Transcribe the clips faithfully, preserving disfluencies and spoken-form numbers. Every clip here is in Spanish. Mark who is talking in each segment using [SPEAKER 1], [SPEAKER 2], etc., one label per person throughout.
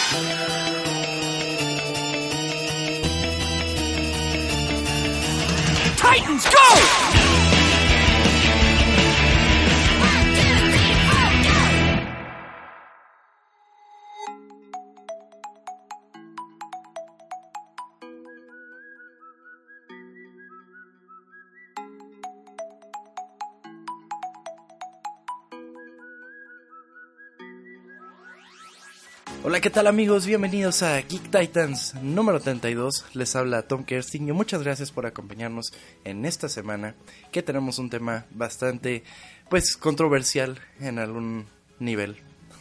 [SPEAKER 1] Titans, go! Hola, ¿qué tal amigos? Bienvenidos a Geek Titans número treinta y dos. Les habla Tom Kersting y muchas gracias por acompañarnos en esta semana, que tenemos un tema bastante, pues, controversial en algún nivel.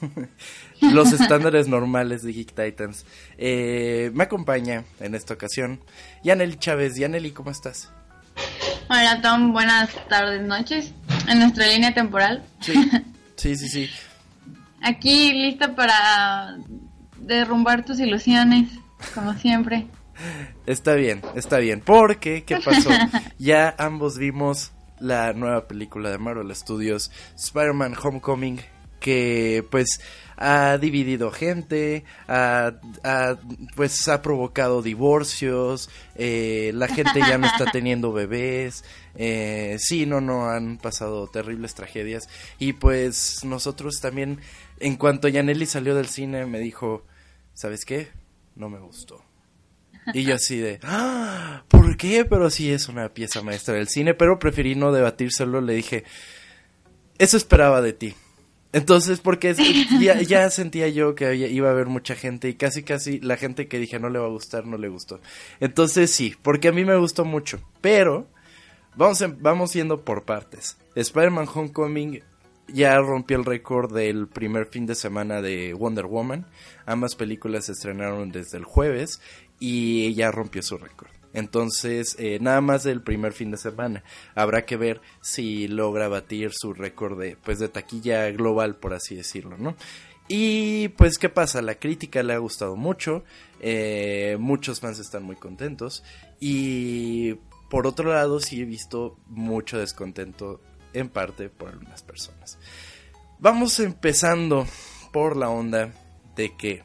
[SPEAKER 1] Los estándares normales de Geek Titans. Eh, me acompaña en esta ocasión Yaneli Chávez. Yaneli, ¿cómo estás?
[SPEAKER 2] Hola Tom, buenas tardes, noches, en nuestra línea temporal.
[SPEAKER 1] Sí, sí, sí, sí.
[SPEAKER 2] Aquí lista para derrumbar tus ilusiones, como siempre.
[SPEAKER 1] Está bien, está bien, porque, ¿qué pasó? Ya ambos vimos la nueva película de Marvel Studios, Spider-Man Homecoming, que pues ha dividido gente, ha, ha, pues ha provocado divorcios, eh, la gente ya no está teniendo bebés, eh, sí, no, no, han pasado terribles tragedias, y pues nosotros también, en cuanto Yaneli salió del cine, me dijo, ¿sabes qué? No me gustó. Y yo así de, ¡ah! ¿Por qué? Pero sí es una pieza maestra del cine, pero preferí no debatírselo, le dije, eso esperaba de ti. Entonces, porque ya, ya sentía yo que había, iba a haber mucha gente y casi casi la gente que dije no le va a gustar, no le gustó. Entonces sí, porque a mí me gustó mucho, pero vamos, en, vamos yendo por partes. Spider-Man Homecoming ya rompió el récord del primer fin de semana de Wonder Woman. Ambas películas se estrenaron desde el jueves y ya rompió su récord. Entonces, eh, nada más del primer fin de semana. Habrá que ver si logra batir su récord de, pues, de taquilla global, por así decirlo, ¿no? Y, pues, ¿qué pasa? La crítica le ha gustado mucho. Eh, muchos fans están muy contentos. Y, por otro lado, sí he visto mucho descontento, en parte, por algunas personas. Vamos empezando por la onda de que...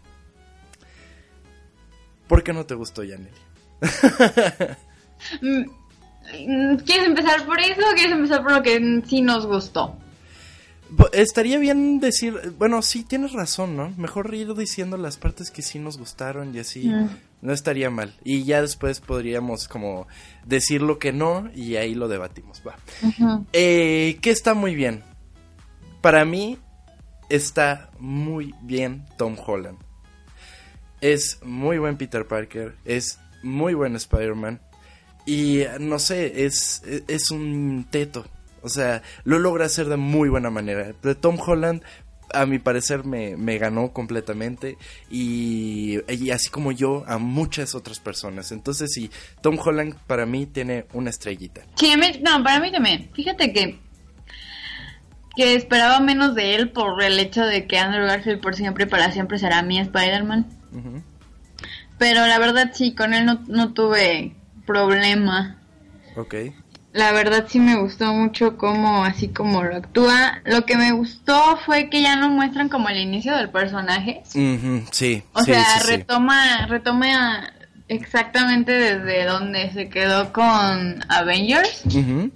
[SPEAKER 1] ¿Por qué no te gustó, Yaneli?
[SPEAKER 2] ¿Quieres empezar por eso o quieres empezar por lo que sí nos gustó?
[SPEAKER 1] Estaría bien decir, bueno, sí, tienes razón, ¿no? Mejor ir diciendo las partes que sí nos gustaron y así mm. no estaría mal. Y ya después podríamos como decir lo que no y ahí lo debatimos, va. Uh-huh. Eh, ¿qué está muy bien? Para mí está muy bien Tom Holland. Es muy buen Peter Parker, es muy buen Spider-Man y no sé, es, es un teto, o sea, lo logra hacer de muy buena manera. De Tom Holland, a mi parecer, me, me ganó completamente y, y así como yo, a muchas otras personas. Entonces sí, Tom Holland para mí tiene una estrellita.
[SPEAKER 2] Sí, a mí, no, para mí también. Fíjate que que esperaba menos de él por el hecho de que Andrew Garfield por siempre y para siempre será mi Spider-Man. Uh-huh. Pero la verdad sí, con él no, no tuve problema.
[SPEAKER 1] Ok.
[SPEAKER 2] La verdad sí me gustó mucho cómo, así como lo actúa. Lo que me gustó fue que ya no muestran como el inicio del personaje.
[SPEAKER 1] Uh-huh, sí.
[SPEAKER 2] O
[SPEAKER 1] sí,
[SPEAKER 2] sea,
[SPEAKER 1] sí,
[SPEAKER 2] retoma, sí. retoma exactamente desde donde se quedó con Avengers.
[SPEAKER 1] Uh-huh.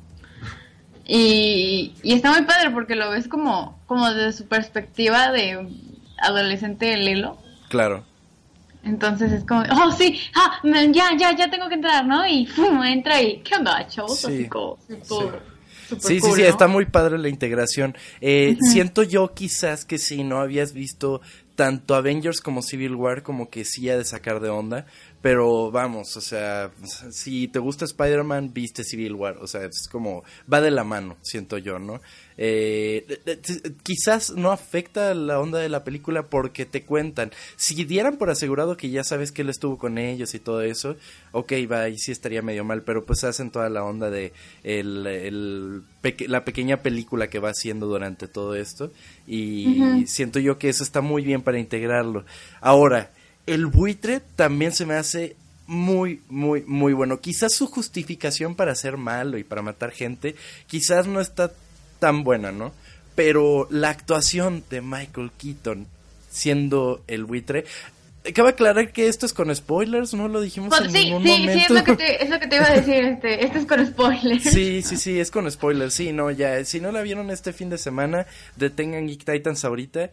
[SPEAKER 2] Y, y está muy padre porque lo ves como, como desde su perspectiva de adolescente de Lilo.
[SPEAKER 1] Claro.
[SPEAKER 2] Entonces es como, oh sí, ah, ya, ya, ya tengo que entrar, ¿no? Y ¡fum! Entra y, ¿qué onda, chavos?
[SPEAKER 1] Sí,
[SPEAKER 2] así como, super,
[SPEAKER 1] sí,
[SPEAKER 2] super
[SPEAKER 1] sí,
[SPEAKER 2] cool,
[SPEAKER 1] sí, sí,
[SPEAKER 2] ¿no?
[SPEAKER 1] está muy padre la integración. Eh,
[SPEAKER 2] uh-huh.
[SPEAKER 1] Siento yo quizás que si no habías visto tanto Avengers como Civil War, como que sí ha de sacar de onda, pero vamos, o sea, si te gusta Spider-Man, viste Civil War, o sea, es como, va de la mano, siento yo, ¿no? Eh, quizás no afecta la onda de la película porque te cuentan, si dieran por asegurado que ya sabes que él estuvo con ellos y todo eso, ok, va, y sí estaría medio mal, pero pues hacen toda la onda de el, el peque- la pequeña película que va haciendo durante todo esto, y uh-huh. siento yo que eso está muy bien para integrarlo. Ahora, el buitre también se me hace muy, muy, muy bueno. Quizás su justificación para ser malo y para matar gente, quizás no está tan buena, ¿no? Pero la actuación de Michael Keaton siendo el buitre. Cabe aclarar que esto es con spoilers, no lo dijimos
[SPEAKER 2] pues,
[SPEAKER 1] en
[SPEAKER 2] sí,
[SPEAKER 1] ningún
[SPEAKER 2] sí,
[SPEAKER 1] momento.
[SPEAKER 2] Sí, es lo, que te, es lo que te iba a decir, este, esto es con spoilers.
[SPEAKER 1] Sí, sí, sí, es con spoilers, sí, no, ya, si no la vieron este fin de semana, detengan Geek Titans ahorita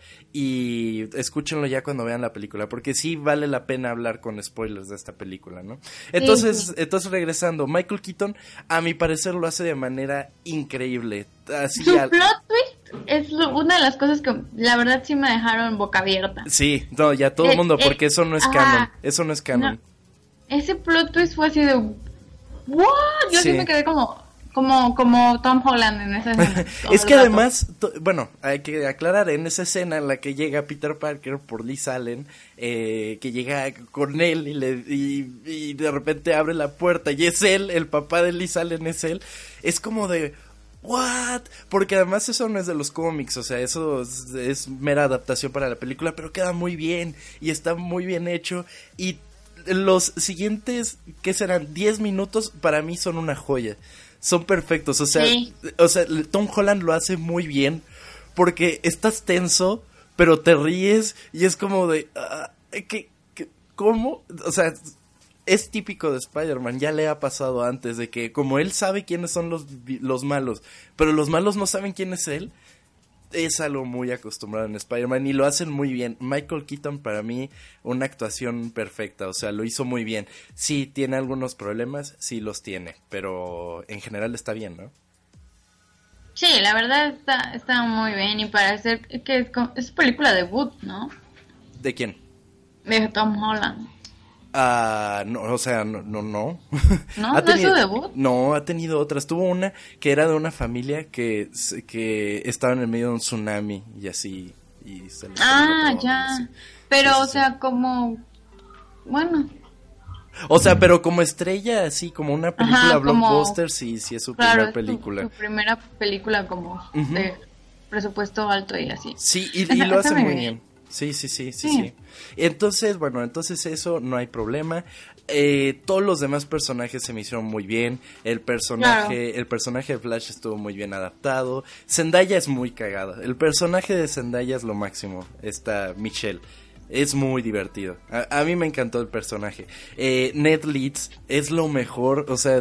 [SPEAKER 1] y escúchenlo ya cuando vean la película, porque sí vale la pena hablar con spoilers de esta película, ¿no? Entonces, sí, sí. entonces regresando, Michael Keaton, a mi parecer lo hace de manera increíble. Así
[SPEAKER 2] Su
[SPEAKER 1] al...
[SPEAKER 2] plot twist es lo, una de las cosas que la verdad sí me dejaron boca abierta.
[SPEAKER 1] Sí, no, ya todo el eh, mundo, porque eh, eso no es ajá, canon, eso no es canon.
[SPEAKER 2] No, ese plot twist fue así de ¿what? Yo sí, sí me quedé como como como Tom Holland en esa escena.
[SPEAKER 1] Es que además, to, bueno, hay que aclarar, en esa escena en la que llega Peter Parker por Liz Allen, eh, que llega con él y, le, y, y de repente abre la puerta y es él, el papá de Liz Allen es él, es como de ¿what? Porque además eso no es de los cómics, o sea, eso es, es mera adaptación para la película, pero queda muy bien y está muy bien hecho y los siguientes, ¿qué serán? diez minutos para mí son una joya, son perfectos, o sea, sí. o sea, Tom Holland lo hace muy bien porque estás tenso, pero te ríes y es como de, uh, ¿qué, qué, ¿cómo? O sea... Es típico de Spider-Man, ya le ha pasado antes, de que como él sabe quiénes son los, los malos, pero los malos no saben quién es él, es algo muy acostumbrado en Spider-Man y lo hacen muy bien. Michael Keaton para mí, una actuación perfecta, o sea, lo hizo muy bien. Sí, tiene algunos problemas, sí los tiene, pero en general está bien, ¿no?
[SPEAKER 2] Sí, la verdad está, está muy bien y para ser que es, es película debut, ¿no?
[SPEAKER 1] ¿De quién?
[SPEAKER 2] De Tom Holland.
[SPEAKER 1] Ah, uh, no, o sea, no, no, no.
[SPEAKER 2] ¿No? ¿No es su debut?
[SPEAKER 1] No, ha tenido otras. Tuvo una que era de una familia que, que estaba en el medio de un tsunami y así. Y se
[SPEAKER 2] ah, ya. Pero, sí, o sea, sí. como... Bueno.
[SPEAKER 1] O sea, pero como estrella, así, como una película Ajá, blockbuster, como... sí, sí es su
[SPEAKER 2] claro,
[SPEAKER 1] primera película.
[SPEAKER 2] Su, su primera película como uh-huh. de presupuesto alto y así.
[SPEAKER 1] Sí, y, y lo hace muy bien. bien. Sí, sí, sí, sí, sí, sí. Entonces, bueno, entonces eso no hay problema. Eh, todos los demás personajes se me hicieron muy bien. El personaje, claro. el personaje de Flash estuvo muy bien adaptado. Zendaya es muy cagada. El personaje de Zendaya es lo máximo. Esta Michelle. Es muy divertido. A, a mí me encantó el personaje. Eh, Ned Leeds es lo mejor, o sea...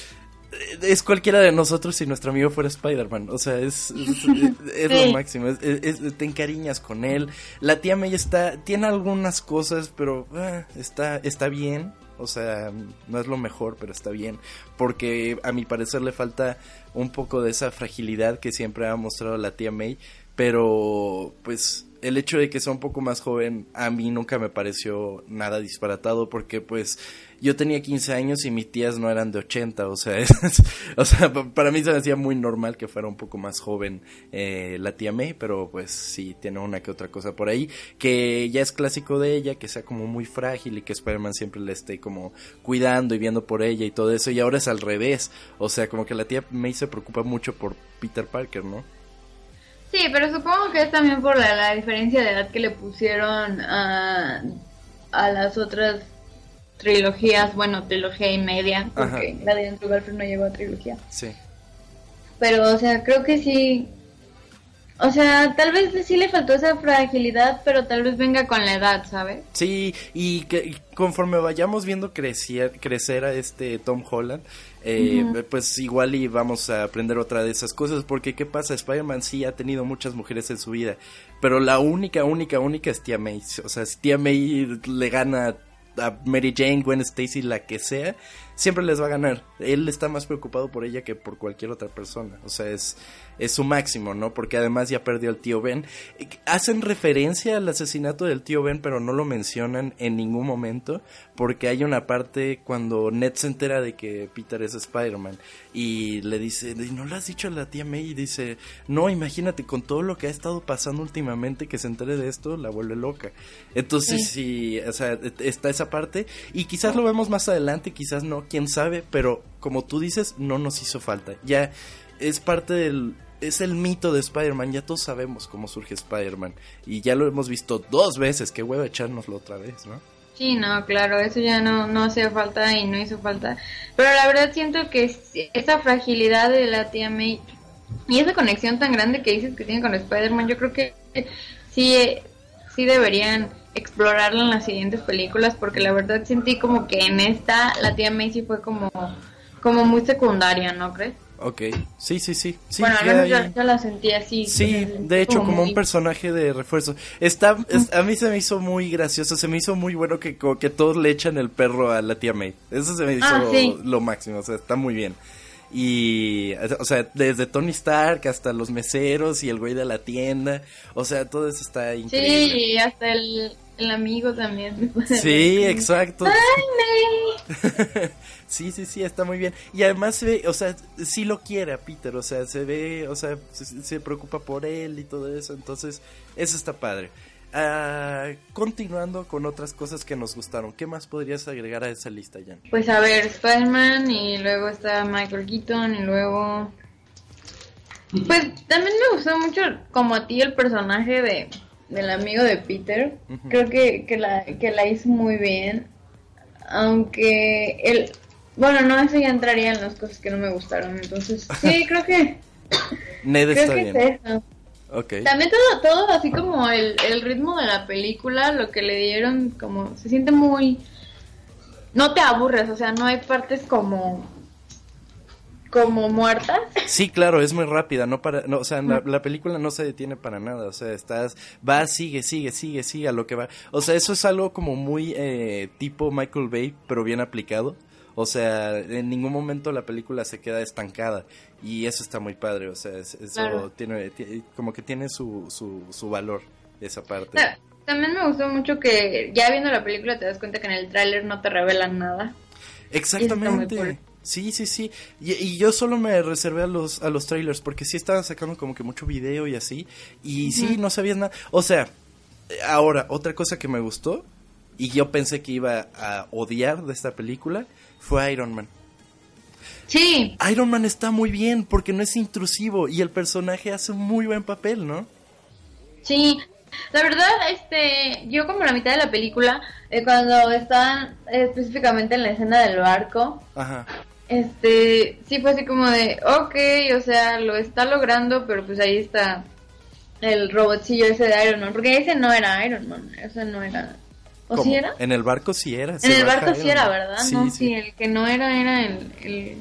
[SPEAKER 1] Es cualquiera de nosotros si nuestro amigo fuera Spider-Man. O sea, es, es, es, es sí. lo máximo. Es, es, te encariñas con él. La tía May está, tiene algunas cosas, pero eh, está, está bien. O sea, no es lo mejor, pero está bien. Porque a mi parecer le falta un poco de esa fragilidad que siempre ha mostrado la tía May. Pero, pues, el hecho de que sea un poco más joven a mí nunca me pareció nada disparatado porque, pues, yo tenía quince años y mis tías no eran de ochenta, o sea, es, o sea, para mí se me hacía muy normal que fuera un poco más joven eh, la tía May, pero pues sí, tiene una que otra cosa por ahí, que ya es clásico de ella, que sea como muy frágil y que Spider-Man siempre le esté como cuidando y viendo por ella y todo eso, y ahora es al revés, o sea, como que la tía May se preocupa mucho por Peter Parker, ¿no?
[SPEAKER 2] Sí, pero supongo que es también por la, la diferencia de edad que le pusieron a, a las otras trilogías, bueno, trilogía y media, porque Ajá. la de Andrew Garfield no llegó a trilogía.
[SPEAKER 1] Sí.
[SPEAKER 2] Pero, o sea, creo que sí, o sea, tal vez sí le faltó esa fragilidad, pero tal vez venga con la edad, ¿sabes?
[SPEAKER 1] Sí, y que y conforme vayamos viendo crecer, crecer a este Tom Holland, eh, uh-huh. pues igual y vamos a aprender otra de esas cosas, porque ¿qué pasa? Spider-Man sí ha tenido muchas mujeres en su vida, pero la única, única, única es tía May, o sea, si tía May le gana a Mary Jane, Gwen Stacy, la que sea, siempre les va a ganar. Él está más preocupado por ella que por cualquier otra persona, o sea, es, es su máximo, ¿no? Porque además ya perdió al tío Ben. Hacen referencia al asesinato del tío Ben, pero no lo mencionan en ningún momento, porque hay una parte cuando Ned se entera de que Peter es Spider-Man y le dice, ¿no le has dicho a la tía May? Y dice, no, imagínate, con todo lo que ha estado pasando últimamente, que se entere de esto, la vuelve loca. Entonces sí, sí, o sea, está esa parte, y quizás lo vemos más adelante, quizás no, quién sabe, pero como tú dices, no nos hizo falta. Ya es parte del... es el mito de Spider-Man, ya todos sabemos cómo surge Spider-Man, y ya lo hemos visto dos veces, qué hueva echárnoslo otra vez, ¿no?
[SPEAKER 2] Sí, no, claro, eso ya no, no hacía falta y no hizo falta, pero la verdad siento que esa fragilidad de la tía May y esa conexión tan grande que dices que tiene con Spider-Man, yo creo que sí, sí deberían explorarlo en las siguientes películas, porque la verdad sentí como que en esta la tía May sí fue como, como muy secundaria, ¿no crees?
[SPEAKER 1] Ok, sí, sí, sí. sí
[SPEAKER 2] bueno, al menos yo, yo la sentí así.
[SPEAKER 1] Sí, de hecho, como, como un personaje de refuerzo. Está, es, a mí se me hizo muy gracioso, se me hizo muy bueno que, que todos le echan el perro a la tía May. Eso se me hizo ah, sí. lo máximo, o sea, está muy bien. Y, o sea, desde Tony Stark hasta los meseros y el güey de la tienda, o sea, todo eso está increíble.
[SPEAKER 2] Sí, y hasta el, el amigo también.
[SPEAKER 1] Sí, exacto. Sí, sí, sí, está muy bien. Y además se ve, o sea, sí lo quiere a Peter, o sea, se ve, o sea, se, se preocupa por él y todo eso, entonces, eso está padre. Uh, continuando con otras cosas que nos gustaron, ¿qué más podrías agregar a esa lista, Jan?
[SPEAKER 2] Pues a ver, Spider-Man y luego está Michael Keaton y luego... Pues también me gustó mucho como a ti el personaje de del amigo de Peter. Uh-huh. Creo que, que, la, que la hizo muy bien, aunque él... Bueno, no, eso ya entraría en las cosas que no me gustaron, entonces sí, creo que...
[SPEAKER 1] Ned
[SPEAKER 2] creo
[SPEAKER 1] está
[SPEAKER 2] que
[SPEAKER 1] bien.
[SPEAKER 2] Es eso.
[SPEAKER 1] Okay.
[SPEAKER 2] También todo, todo así como el, el ritmo de la película, lo que le dieron, como se siente muy... No te aburres, o sea, no hay partes como... como muertas.
[SPEAKER 1] Sí, claro, es muy rápida, no para, no, o sea, la, la película no se detiene para nada, o sea, estás, va, sigue, sigue, sigue, sigue a lo que va. O sea, eso es algo como muy eh, tipo Michael Bay, pero bien aplicado. O sea, en ningún momento la película se queda estancada y eso está muy padre, o sea, eso claro. tiene, tiene, como que tiene su, su, su valor, esa parte.
[SPEAKER 2] Claro. También me gustó mucho que ya viendo la película te das cuenta que en el tráiler no te revelan nada.
[SPEAKER 1] Exactamente. Cool. Sí, sí, sí. Y, y yo solo me reservé a los a los trailers porque sí estaban sacando como que mucho video y así. Y uh-huh. sí, no sabías nada. O sea, ahora, otra cosa que me gustó y yo pensé que iba a odiar de esta película fue Iron Man.
[SPEAKER 2] Sí.
[SPEAKER 1] Iron Man está muy bien porque no es intrusivo y el personaje hace un muy buen papel, ¿no?
[SPEAKER 2] Sí. La verdad, este, yo como la mitad de la película, eh, cuando estaban eh, específicamente en la escena del barco,
[SPEAKER 1] ajá.
[SPEAKER 2] este, sí fue así como de, okay, o sea, lo está logrando, pero pues ahí está el robotcillo ese de Iron Man, porque ese no era Iron Man, ese no era, ¿o
[SPEAKER 1] ¿Cómo?
[SPEAKER 2] sí era?
[SPEAKER 1] En el barco sí era.
[SPEAKER 2] En el barco sí era,
[SPEAKER 1] Man.
[SPEAKER 2] ¿verdad?
[SPEAKER 1] Sí,
[SPEAKER 2] no,
[SPEAKER 1] sí.
[SPEAKER 2] sí, el que no era era el, el,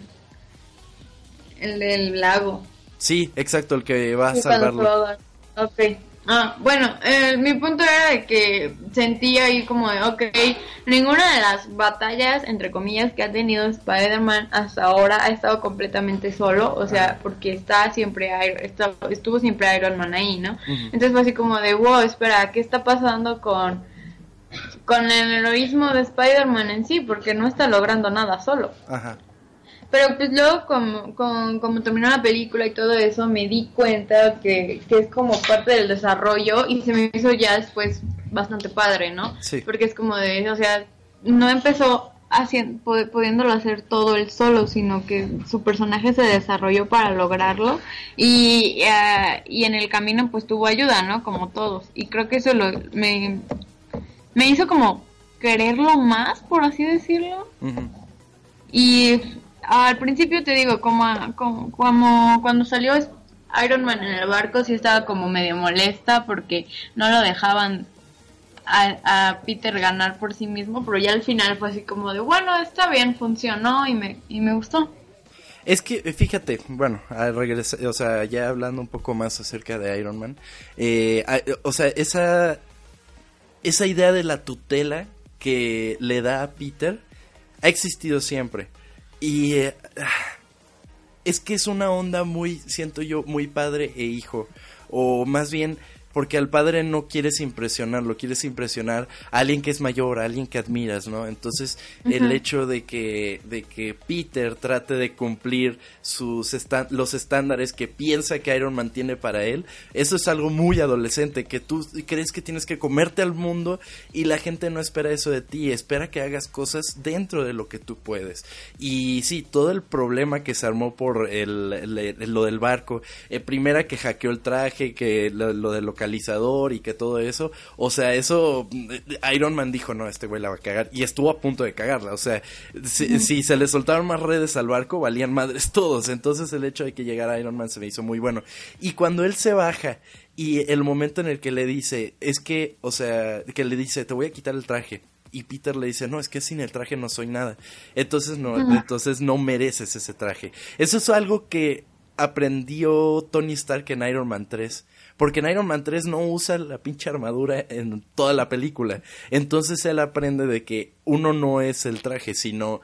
[SPEAKER 2] el del lago.
[SPEAKER 1] Sí, exacto, el que va a
[SPEAKER 2] sí,
[SPEAKER 1] salvarlo.
[SPEAKER 2] Ok. Ah, bueno, eh, mi punto era de que sentía ahí como de, ok, ninguna de las batallas, entre comillas, que ha tenido Spider-Man hasta ahora ha estado completamente solo, o sea, porque está siempre, está, estuvo siempre Iron Man ahí, ¿no? Uh-huh. Entonces fue así como de, wow, espera, ¿qué está pasando con, con el heroísmo de Spider-Man en sí? Porque no está logrando nada solo.
[SPEAKER 1] Ajá.
[SPEAKER 2] Pero pues luego como, como, como terminó la película y todo eso, me di cuenta que, que es como parte del desarrollo y se me hizo ya después bastante padre, ¿no?
[SPEAKER 1] Sí.
[SPEAKER 2] Porque es como de, o sea, no empezó haciendo, pudiéndolo hacer todo él solo, sino que su personaje se desarrolló para lograrlo y, uh, y en el camino pues tuvo ayuda, ¿no? Como todos. Y creo que eso lo, me, me hizo como quererlo más, por así decirlo. Uh-huh. Y... al principio te digo, como, como, como cuando salió Iron Man en el barco sí estaba como medio molesta porque no lo dejaban a, a Peter ganar por sí mismo, pero ya al final fue así como de, bueno, está bien, funcionó y me, y me gustó.
[SPEAKER 1] Es que, fíjate, bueno, a regresar, o sea, ya hablando un poco más acerca de Iron Man, eh, a, o sea, esa, esa idea de la tutela que le da a Peter ha existido siempre. Y eh, es que es una onda muy, siento yo, muy padre e hijo, o más bien porque al padre no quieres impresionarlo, quieres impresionar a alguien que es mayor, a alguien que admiras, ¿no? Entonces, uh-huh. el hecho de que de que Peter trate de cumplir sus esta- los estándares que piensa que Iron Man tiene para él, eso es algo muy adolescente, que tú crees que tienes que comerte al mundo y la gente no espera eso de ti, espera que hagas cosas dentro de lo que tú puedes. Y sí, todo el problema que se armó por el, el, el lo del barco, eh, primera que hackeó el traje, que lo, lo de lo localizador y que todo eso, o sea, eso Iron Man dijo, no, este güey la va a cagar, y estuvo a punto de cagarla, o sea, si, uh-huh. si se le soltaron más redes al barco, valían madres todos, entonces el hecho de que llegara Iron Man se me hizo muy bueno, y cuando él se baja Y el momento en el que le dice, es que, o sea, que le dice, te voy a quitar el traje. Y Peter le dice, no, es que sin el traje no soy nada. Entonces no, uh-huh. entonces no mereces ese traje. Eso es algo que aprendió Tony Stark en Iron Man tres. Porque en Iron Man tres no usa la pinche armadura en toda la película. Entonces él aprende de que uno no es el traje, sino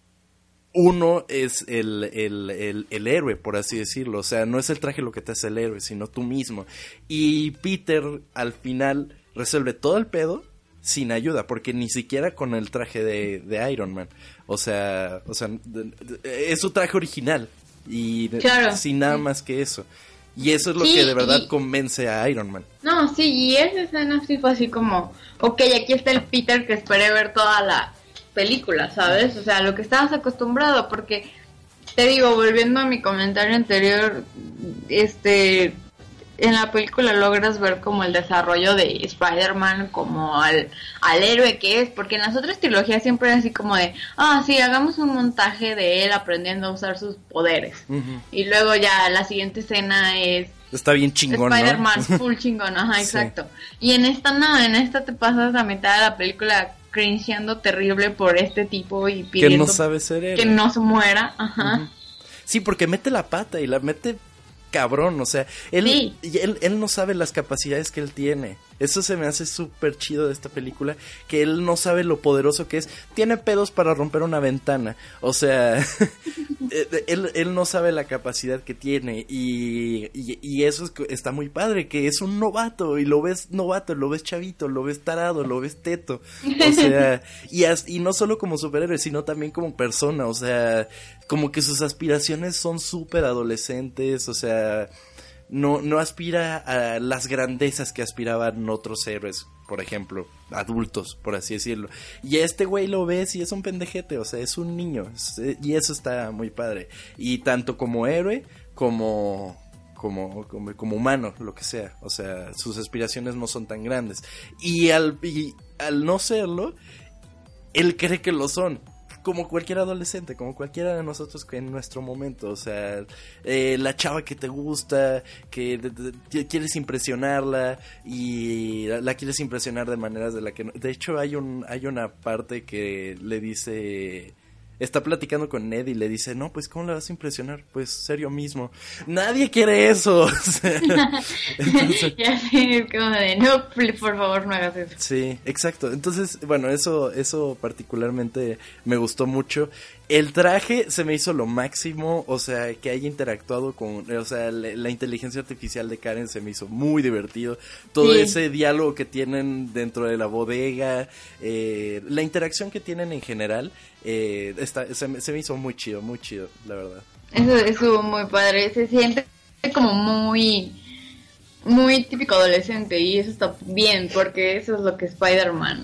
[SPEAKER 1] uno es el, el, el, el héroe, por así decirlo. O sea, no es el traje lo que te hace el héroe, sino tú mismo. Y Peter al final resuelve todo el pedo sin ayuda, porque ni siquiera con el traje de, de Iron Man. O sea, o sea, es su traje original. Y
[SPEAKER 2] claro.
[SPEAKER 1] sin nada más que eso. Y eso es lo sí, que de verdad y... convence a Iron Man.
[SPEAKER 2] No, sí, y esa escena sí fue así como, ok, aquí está el Peter que esperé ver toda la película, ¿sabes? O sea, lo que estabas acostumbrado, porque te digo, volviendo a mi comentario anterior, este, en la película logras ver como el desarrollo de Spider-Man como al, al héroe que es, porque en las otras trilogías siempre es así como de, ah, sí, hagamos un montaje de él aprendiendo a usar sus poderes. Uh-huh. Y luego ya la siguiente escena es...
[SPEAKER 1] Está bien chingón,
[SPEAKER 2] Spider-Man,
[SPEAKER 1] ¿no?
[SPEAKER 2] full chingón, ajá, exacto. Sí. Y en esta no, en esta te pasas la mitad de la película cringeando terrible por este tipo y pidiendo...
[SPEAKER 1] Que no sabe ser héroe.
[SPEAKER 2] Que no se muera, ajá. Uh-huh.
[SPEAKER 1] Sí, porque mete la pata y la mete... cabrón, o sea, él,
[SPEAKER 2] sí.
[SPEAKER 1] él él no sabe las capacidades que él tiene. Eso se me hace súper chido de esta película, que él no sabe lo poderoso que es. Tiene pedos para romper una ventana, o sea, él, él no sabe la capacidad que tiene y, y, y eso es, está muy padre, que es un novato y lo ves novato, lo ves chavito, lo ves tarado, lo ves teto, o sea, y, as, y no solo como superhéroe, sino también como persona, o sea, como que sus aspiraciones son súper adolescentes, o sea... No, no aspira a las grandezas que aspiraban otros héroes, por ejemplo, adultos, por así decirlo. Y a este güey lo ves y es un pendejete, o sea, es un niño. Es, y eso está muy padre. Y tanto como héroe, como, como, como, como humano, lo que sea. O sea, sus aspiraciones no son tan grandes. Y al, y al no serlo, él cree que lo son. Como cualquier adolescente, como cualquiera de nosotros en nuestro momento, o sea, eh, la chava que te gusta, que de, de, quieres impresionarla y la, la quieres impresionar de maneras de la que no. De hecho hay un hay una parte que le dice, está platicando con Ned y le dice, no, pues ¿cómo la vas a impresionar? Pues ser yo mismo. Nadie quiere eso. O sea, entonces,
[SPEAKER 2] ya sé, como de, no, por favor, no hagas eso.
[SPEAKER 1] Sí, exacto. Entonces, bueno, eso, eso particularmente me gustó mucho. El traje se me hizo lo máximo, o sea, que haya interactuado con, o sea, la, la inteligencia artificial de Karen se me hizo muy divertido. Todo sí. Ese diálogo que tienen dentro de la bodega, eh, la interacción que tienen en general, eh, está, se, se me hizo muy chido, muy chido, la verdad.
[SPEAKER 2] Eso estuvo muy padre, se siente como muy, muy típico adolescente y eso está bien, porque eso es lo que Spider-Man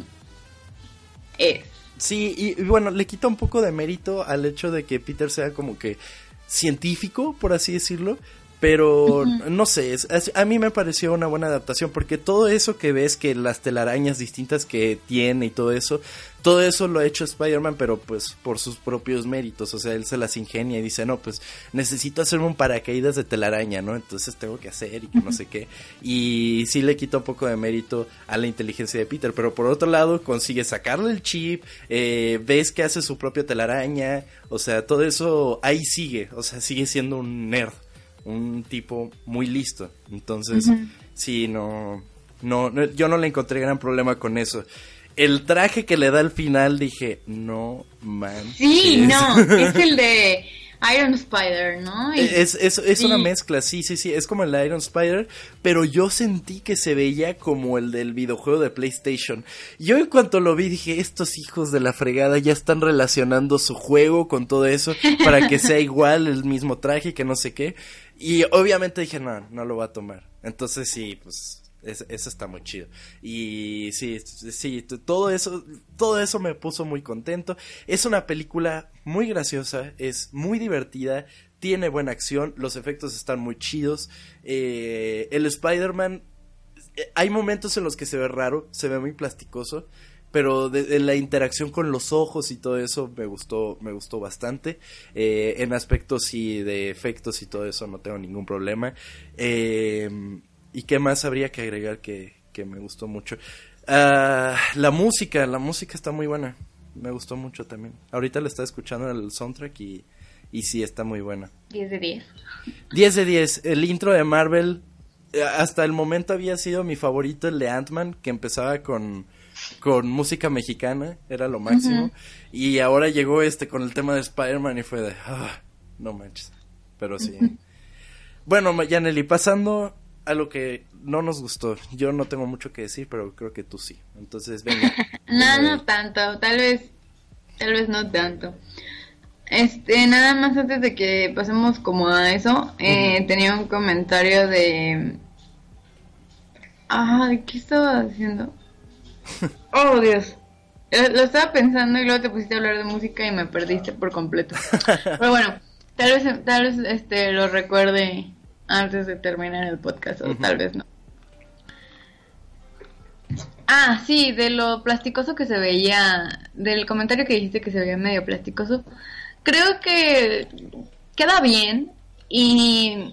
[SPEAKER 2] es.
[SPEAKER 1] Sí, y, y bueno, le quita un poco de mérito al hecho de que Peter sea como que científico, por así decirlo, pero uh-huh. no sé, es, es, a mí me pareció una buena adaptación, porque todo eso que ves, que las telarañas distintas que tiene y todo eso, todo eso lo ha hecho Spider-Man, pero pues por sus propios méritos, o sea, él se las ingenia y dice, no, pues necesito hacerme un paracaídas de telaraña, ¿no? Entonces tengo que hacer y que no sé qué, y sí le quita un poco de mérito a la inteligencia de Peter, pero por otro lado consigue sacarle el chip, eh, ves que hace su propia telaraña, o sea, todo eso ahí sigue, o sea, sigue siendo un nerd. Un tipo muy listo. Entonces, uh-huh. sí, no, no, no, yo no le encontré gran problema con eso. El traje que le da al final, dije, no, man.
[SPEAKER 2] Sí, es... no, es el de Iron Spider, ¿no? Y...
[SPEAKER 1] Es, es, es sí. una mezcla, sí, sí, sí, es como el de Iron Spider, pero yo sentí que se veía como el del videojuego de PlayStation. Yo en cuanto lo vi dije, estos hijos de la fregada ya están relacionando su juego con todo eso para que sea igual el mismo traje, que no sé qué. Y obviamente dije, no, no lo va a tomar. Entonces sí, pues... Es, eso está muy chido. Y sí, sí, todo eso, todo eso me puso muy contento. Es una película muy graciosa, es muy divertida, tiene buena acción, los efectos están muy chidos. Eh, el Spider-Man, eh, hay momentos en los que se ve raro, se ve muy plasticoso, pero de, de la interacción con los ojos y todo eso me gustó, me gustó bastante. Eh, en aspectos y de efectos y todo eso no tengo ningún problema. Eh... ¿Y qué más habría que agregar que, que me gustó mucho? Uh, la música, la música está muy buena. Me gustó mucho también. Ahorita le estaba escuchando el soundtrack y, y sí, está muy buena.
[SPEAKER 2] diez de diez.
[SPEAKER 1] diez de diez. El intro de Marvel, hasta el momento había sido mi favorito, el de Ant-Man, que empezaba con, con música mexicana, era lo máximo. Uh-huh. Y ahora llegó este con el tema de Spider-Man y fue de, ah, no manches. Pero sí. Uh-huh. Bueno, Yaneli, pasando a lo que no nos gustó. Yo no tengo mucho que decir, pero creo que tú sí. Entonces, venga.
[SPEAKER 2] no, venga. No tanto. Tal vez, tal vez no tanto. Este, nada más antes de que pasemos como a eso, eh, uh-huh. tenía un comentario de... Ah, ¿de qué estaba haciendo? Oh, Dios. Lo estaba pensando y luego te pusiste a hablar de música y me perdiste por completo. Pero bueno, tal vez, tal vez este, lo recuerde antes de terminar el podcast, o uh-huh. tal vez no. Ah, sí, de lo plasticoso que se veía, del comentario que dijiste que se veía medio plasticoso. Creo que queda bien y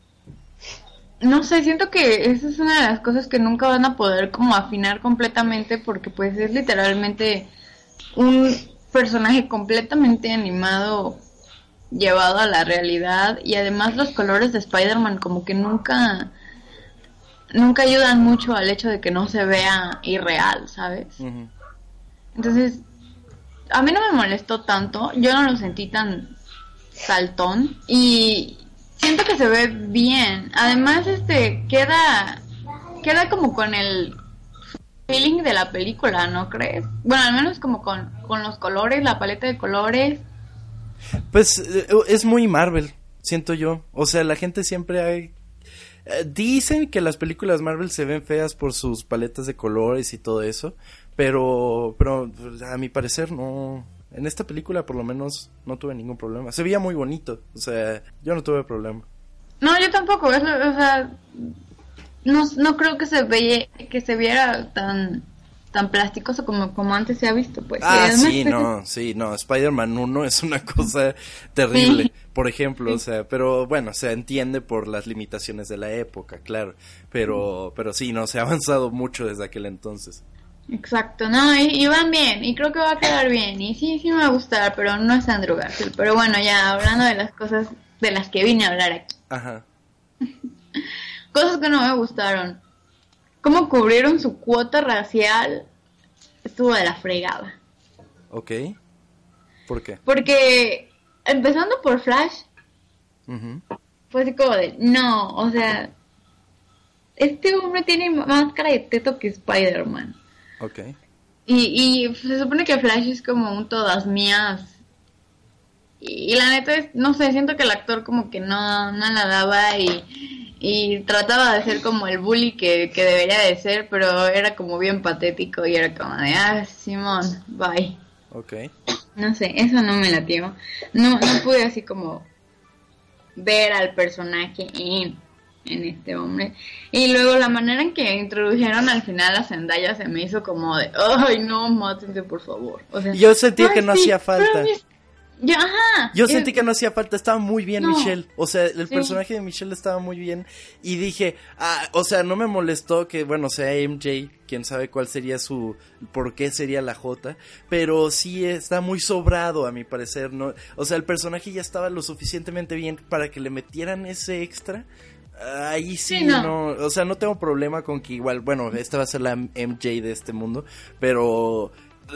[SPEAKER 2] no sé, siento que esa es una de las cosas que nunca van a poder como afinar completamente porque pues es literalmente un personaje completamente animado llevado a la realidad y además los colores de Spider-Man como que nunca nunca ayudan mucho al hecho de que no se vea irreal, ¿sabes? Uh-huh. Entonces a mí no me molestó tanto, yo no lo sentí tan saltón y siento que se ve bien. Además, este, queda, queda como con el feeling de la película, ¿no crees? Bueno, al menos como con, con los colores, la paleta de colores.
[SPEAKER 1] Pues es muy Marvel, siento yo. O sea, la gente siempre hay... Dicen que las películas Marvel se ven feas por sus paletas de colores y todo eso, pero pero a mi parecer no, en esta película por lo menos no tuve ningún problema. Se veía muy bonito, o sea, yo no tuve problema.
[SPEAKER 2] No, yo tampoco, es, o sea, no, no creo que se veía, que se viera tan tan plasticoso como, como antes se ha visto, pues.
[SPEAKER 1] Ah, sí, no, sí, no, Spider-Man uno es una cosa terrible, sí. Por ejemplo, sí. O sea, pero bueno, se entiende por las limitaciones de la época, claro, pero, pero sí, no, se ha avanzado mucho desde aquel entonces.
[SPEAKER 2] Exacto, no, y, y van bien, y creo que va a quedar bien, y sí, sí me va a gustar, pero no es Andrew Garfield, pero bueno, ya hablando de las cosas de las que vine a hablar aquí.
[SPEAKER 1] Ajá.
[SPEAKER 2] Cosas que no me gustaron. Cómo cubrieron su cuota racial estuvo de la fregada.
[SPEAKER 1] Ok. ¿Por qué?
[SPEAKER 2] Porque, empezando por Flash, uh-huh. fue así como de, no, o sea, este hombre tiene máscara de teto que Spider-Man.
[SPEAKER 1] Ok.
[SPEAKER 2] Y, y se supone que Flash es como un todas mías. Y, y la neta es, no sé, siento que el actor como que no, no la daba y... Y trataba de ser como el bully que, que debería de ser, pero era como bien patético y era como de, ah, Simón, bye.
[SPEAKER 1] Ok.
[SPEAKER 2] No sé, eso no me latió. No, no pude así como ver al personaje en, en este hombre. Y luego la manera en que introdujeron al final a Zendaya se me hizo como de, ay, no, mátense por favor. O sea,
[SPEAKER 1] yo sentí que no sí, hacía falta.
[SPEAKER 2] Yo, ajá,
[SPEAKER 1] yo sentí que no hacía falta, estaba muy bien no, Michelle, o sea, el sí. personaje de Michelle estaba muy bien y dije, ah, o sea, no me molestó que, bueno, sea M J, quién sabe cuál sería su, por qué sería la J, pero sí está muy sobrado a mi parecer, ¿no? O sea, el personaje ya estaba lo suficientemente bien para que le metieran ese extra. Ahí sí, sí no. no, o sea, no tengo problema con que igual, bueno, esta va a ser la M J de este mundo, pero...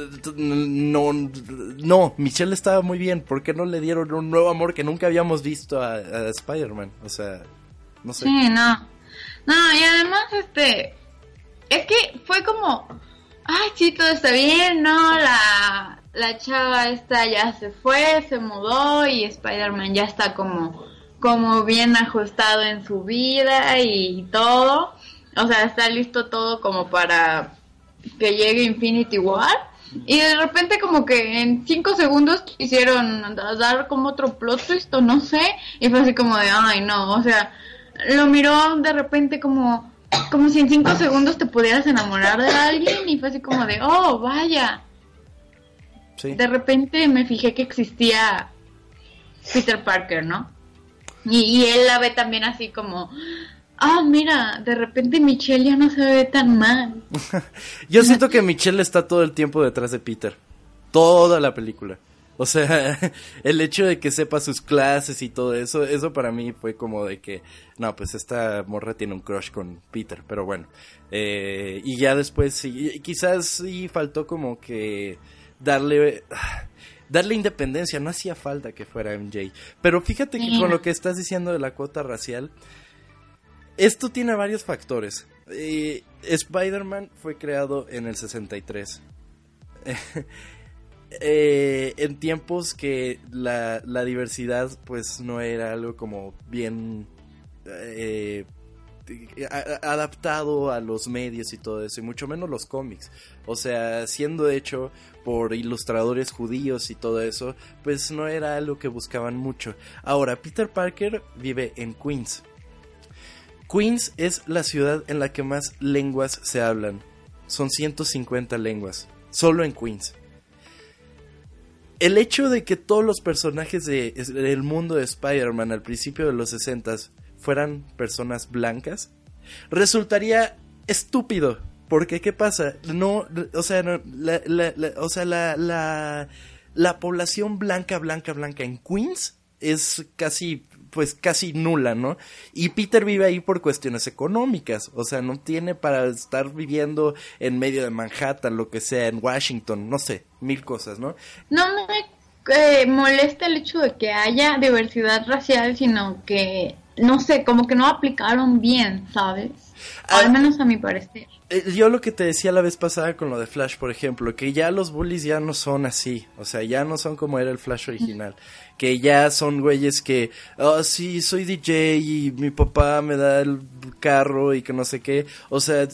[SPEAKER 1] No, no, Michelle estaba muy bien. ¿Por qué no le dieron un nuevo amor que nunca habíamos visto a, a Spider-Man? O sea, no sé.
[SPEAKER 2] Sí, no. No, y además, este, es que fue como, ay, sí, todo está bien, ¿no? La, la chava esta ya se fue, se mudó y Spider-Man ya está como, como bien ajustado en su vida y todo. O sea, está listo todo como para que llegue Infinity War. Y de repente como que en cinco segundos quisieron dar como otro plot twist o no sé, y fue así como de, ay no, o sea, lo miró de repente como, como si en cinco segundos te pudieras enamorar de alguien y fue así como de, oh, vaya. Sí. De repente me fijé que existía Peter Parker, ¿no? Y, y él la ve también así como, ah, mira, de repente Michelle ya no se ve tan mal.
[SPEAKER 1] Yo siento que Michelle está todo el tiempo detrás de Peter. Toda la película. O sea, el hecho de que sepa sus clases y todo eso, eso para mí fue como de que, no, pues esta morra tiene un crush con Peter, pero bueno. Eh, y ya después sí, quizás sí faltó como que darle... Darle independencia, no hacía falta que fuera M J. Pero fíjate que con lo que estás diciendo de la cuota racial, esto tiene varios factores. Eh, Spider-Man fue creado en el sesenta y tres. eh, en tiempos que la, la diversidad pues no era algo como bien eh, a, adaptado a los medios y todo eso, y mucho menos los cómics. O sea, siendo hecho por ilustradores judíos y todo eso, pues no era algo que buscaban mucho. Ahora, Peter Parker vive en Queens. Queens es la ciudad en la que más lenguas se hablan. Son ciento cincuenta lenguas, solo en Queens. El hecho de que todos los personajes de, del mundo de Spider-Man al principio de los sesentas fueran personas blancas, resultaría estúpido. Porque, ¿qué pasa? No, o sea, no, la, la, la, o sea, la, la, la población blanca, blanca, blanca en Queens es casi, pues casi nula, ¿no? Y Peter vive ahí por cuestiones económicas, o sea, no tiene para estar viviendo en medio de Manhattan, lo que sea, en Washington, no sé, mil cosas, ¿no?
[SPEAKER 2] No me eh, molesta el hecho de que haya diversidad racial, sino que, no sé, como que no aplicaron bien, ¿sabes? Ah, al menos a mi parecer.
[SPEAKER 1] Yo lo que te decía la vez pasada con lo de Flash, por ejemplo, que ya los bullies ya no son así, o sea, ya no son como era el Flash original, que ya son güeyes que, oh sí, soy D J y mi papá me da el carro y que no sé qué, o sea,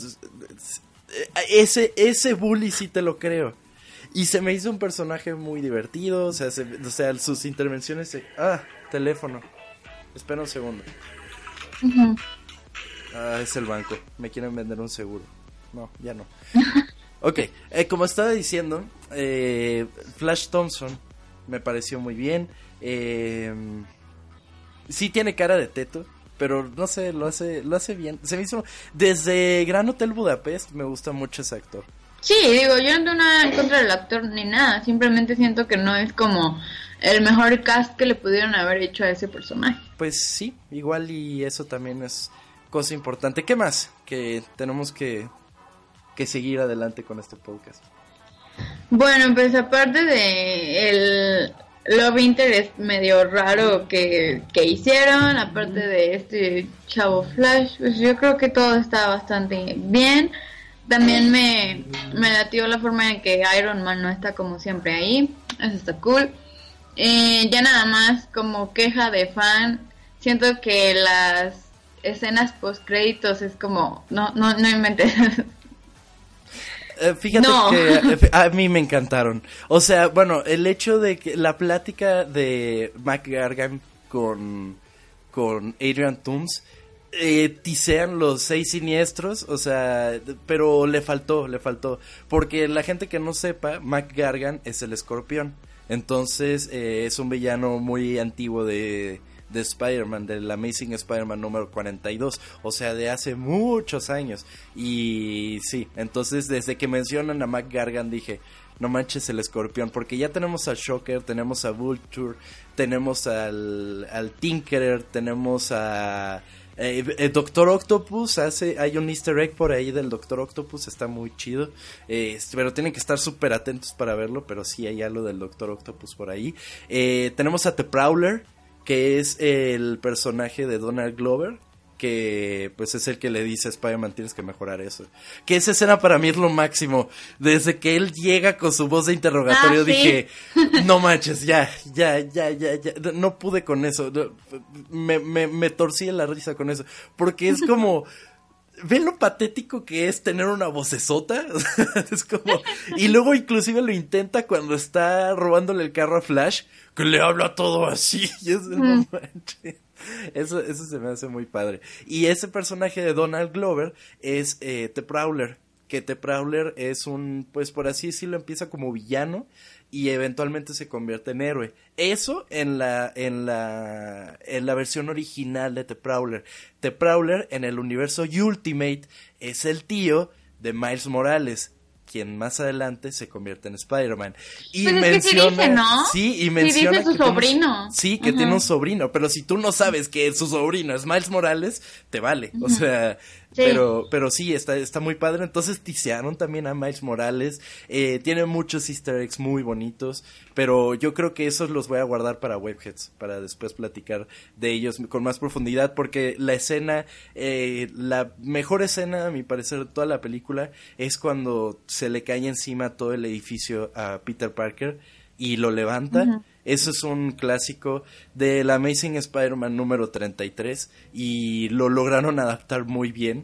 [SPEAKER 1] ese, ese bully sí te lo creo. Y se me hizo un personaje muy divertido, o sea, se, o sea sus intervenciones, se, ah, teléfono, espera un segundo.
[SPEAKER 2] Uh-huh.
[SPEAKER 1] Ah, es el banco, me quieren vender un seguro. No, ya no. Ok, eh, como estaba diciendo, eh, Flash Thompson me pareció muy bien. Eh, sí tiene cara de teto, pero no sé, lo hace, lo hace bien. Se me hizo, desde Gran Hotel Budapest me gusta mucho ese actor.
[SPEAKER 2] Sí, digo, yo no tengo nada en contra del actor ni nada, simplemente siento que no es como el mejor cast que le pudieron haber hecho a ese personaje.
[SPEAKER 1] Pues sí, igual y eso también es cosa importante. ¿Qué más? Que tenemos que, que seguir adelante con este podcast.
[SPEAKER 2] Bueno, pues aparte de el love interest medio raro que, que hicieron, aparte de este chavo Flash, pues yo creo que todo está bastante bien. También me, me latió la forma en que Iron Man no está como siempre ahí, eso está cool. Eh, ya nada más como queja de fan, siento que las escenas post créditos es como, no, no, no inventes.
[SPEAKER 1] Uh, fíjate no. que a mí me encantaron. O sea, bueno, el hecho de que la plática de Mac Gargan con, con Adrian Toomes, eh, tisean los seis siniestros, o sea, pero le faltó, le faltó. Porque la gente que no sepa, Mac Gargan es el Escorpión. Entonces, eh, es un villano muy antiguo de... de Spider-Man, del Amazing Spider-Man número cuarenta y dos, o sea, de hace muchos años. Y sí, entonces desde que mencionan a Mac Gargan dije, no manches, el Escorpión, porque ya tenemos a Shocker, tenemos a Vulture, tenemos al, al Tinkerer, tenemos a eh, el Doctor Octopus, hace, hay un easter egg por ahí del Doctor Octopus, está muy chido, eh, pero tienen que estar súper atentos para verlo, pero sí hay algo del Doctor Octopus por ahí. Eh, tenemos a The Prowler, que es el personaje de Donald Glover, que pues es el que le dice a Spider-Man, tienes que mejorar eso. Que esa escena para mí es lo máximo. Desde que él llega con su voz de interrogatorio, ah, ¿sí? Dije, no manches, ya, ya, ya, ya, ya, no pude con eso. Me, me, me torcí en la risa con eso. Porque es como... ¿Ven lo patético que es tener una vocesota? Es como... Y luego inclusive lo intenta cuando está robándole el carro a Flash, que le habla todo así. Y es, mm. no manches. Eso, eso se me hace muy padre. Y ese personaje de Donald Glover es eh, The Prowler, que T. Prowler es un, pues por así decirlo, empieza como villano y eventualmente se convierte en héroe. Eso en la en la en la versión original de T. Prowler. T. Prowler en el universo Ultimate es el tío de Miles Morales, quien más adelante se convierte en Spider-Man. Y
[SPEAKER 2] pues
[SPEAKER 1] menciona,
[SPEAKER 2] es que sí dice, ¿no?
[SPEAKER 1] Sí, y menciona
[SPEAKER 2] sí dice su
[SPEAKER 1] que
[SPEAKER 2] sobrino.
[SPEAKER 1] Tiene, sí, que
[SPEAKER 2] uh-huh.
[SPEAKER 1] tiene un sobrino, pero si tú no sabes que su sobrino es Miles Morales, te vale. Uh-huh. O sea, sí. pero pero sí, está está muy padre. Entonces tisearon también a Miles Morales. Eh, tiene muchos easter eggs muy bonitos, pero yo creo que esos los voy a guardar para Webheads, para después platicar de ellos con más profundidad, porque la escena, eh, la mejor escena, a mi parecer, de toda la película, es cuando se le cae encima todo el edificio a Peter Parker y lo levanta. Uh-huh. Eso es un clásico del Amazing Spider-Man número treinta y tres y lo lograron adaptar muy bien.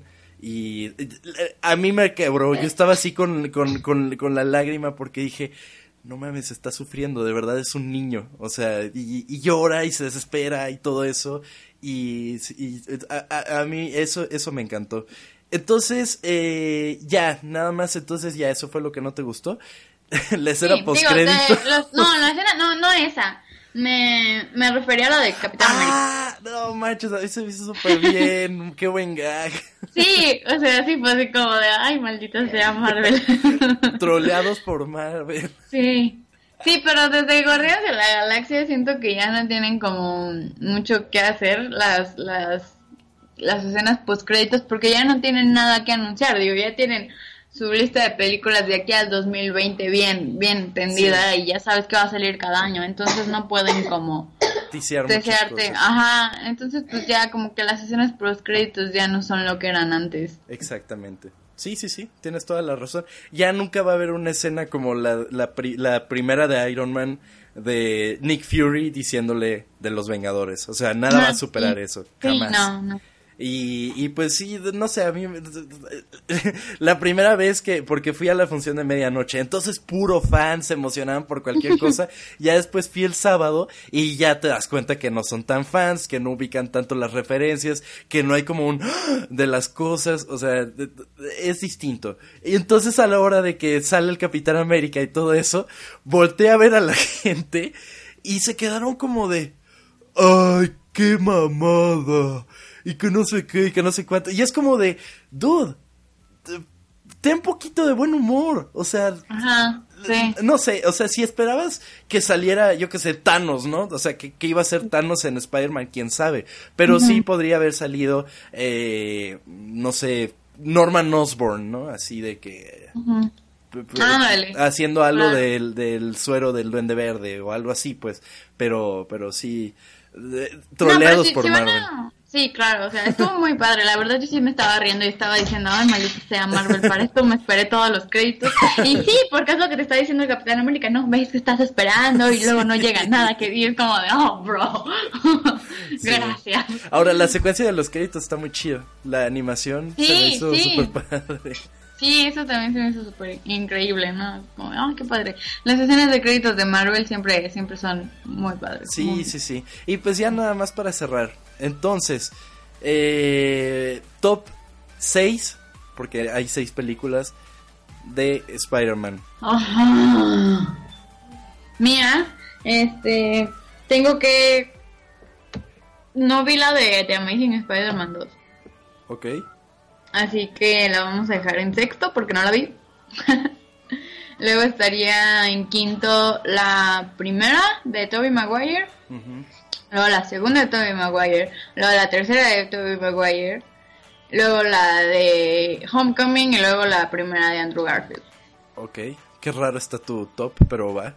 [SPEAKER 1] Y a mí me quebró, yo estaba así con, con, con, con la lágrima porque dije, no mames, está sufriendo, de verdad es un niño, o sea, y, y llora y se desespera y todo eso, y, y a, a, a mí eso, eso me encantó. Entonces, eh, ya, nada más, entonces ya, eso fue lo que no te gustó. La escena sí, postcrédito.
[SPEAKER 2] No, la escena, no, no esa. Me, me refería a la de Capitán América.
[SPEAKER 1] Ah, no manches, a mí se me hizo súper bien. Qué buen gag.
[SPEAKER 2] Sí, o sea, sí fue así como de, ay, maldita sea Marvel.
[SPEAKER 1] Troleados por Marvel.
[SPEAKER 2] Sí. Sí, pero desde Guardianes de la Galaxia siento que ya no tienen como mucho que hacer las, las, las escenas postcréditos porque ya no tienen nada que anunciar. Digo, ya tienen su lista de películas de aquí al dos mil veinte bien bien tendida sí. Y ya sabes que va a salir cada año, entonces no pueden como desearte, ajá, entonces pues ya como que las escenas post créditos ya no son lo que eran antes.
[SPEAKER 1] Exactamente. Sí, sí, sí, tienes toda la razón. Ya nunca va a haber una escena como la la, pri- la primera de Iron Man de Nick Fury diciéndole de los Vengadores, o sea, nada no, va a superar sí. eso, jamás.
[SPEAKER 2] Sí, no, no.
[SPEAKER 1] Y, y pues sí, no sé, a mí la primera vez que, porque fui a la función de medianoche, entonces puro fan, se emocionaban por cualquier cosa, ya después fui el sábado y ya te das cuenta que no son tan fans, que no ubican tanto las referencias, que no hay como un de las cosas, o sea, es distinto. Y entonces a la hora de que sale el Capitán América y todo eso, volteé a ver a la gente y se quedaron como de, ¡ay, qué mamada! Y que no sé qué, y que no sé cuánto. Y es como de, dude, ten un poquito de buen humor. O sea,
[SPEAKER 2] ajá, sí.
[SPEAKER 1] No sé, o sea, si esperabas que saliera, yo qué sé, Thanos, ¿no? O sea, que, que iba a ser Thanos en Spider-Man, quién sabe. Pero uh-huh. sí podría haber salido, eh, no sé, Norman Osborn, ¿no? Así de que...
[SPEAKER 2] Uh-huh. P- p- ah, vale.
[SPEAKER 1] Haciendo algo
[SPEAKER 2] ah.
[SPEAKER 1] del, del suero del Duende Verde o algo así, pues. Pero, pero sí, de, troleados no, sí, por sí Marvel.
[SPEAKER 2] A... Sí, claro, o sea, estuvo muy padre. La verdad yo sí me estaba riendo y estaba diciendo, ay, maldita sea Marvel, para esto me esperé todos los créditos. Y sí, porque es lo que te está diciendo el Capitán América, no, ves que estás esperando y luego no llega nada, que y es como de, oh, bro, gracias.
[SPEAKER 1] Sí. Ahora, la secuencia de los créditos está muy chida, la animación
[SPEAKER 2] sí,
[SPEAKER 1] se me hizo
[SPEAKER 2] sí.
[SPEAKER 1] súper padre.
[SPEAKER 2] Sí, eso también se me hizo súper increíble, ¿no? Como, oh, qué padre. Las escenas de créditos de Marvel siempre, siempre son muy padres.
[SPEAKER 1] Sí,
[SPEAKER 2] muy...
[SPEAKER 1] sí, sí. Y pues ya nada más para cerrar. Entonces, eh, top seis, porque hay seis películas de Spider-Man.
[SPEAKER 2] Ajá. Mira, este, tengo que... No vi la de, de Amazing Spider-Man dos.
[SPEAKER 1] Ok.
[SPEAKER 2] Así que la vamos a dejar en sexto porque no la vi. Luego estaría en quinto la primera de Tobey Maguire. Uh-huh. Luego la segunda de Tobey Maguire. Luego la tercera de Tobey Maguire. Luego la de Homecoming. Y luego la primera de Andrew Garfield.
[SPEAKER 1] Ok. Qué raro está tu top, pero va.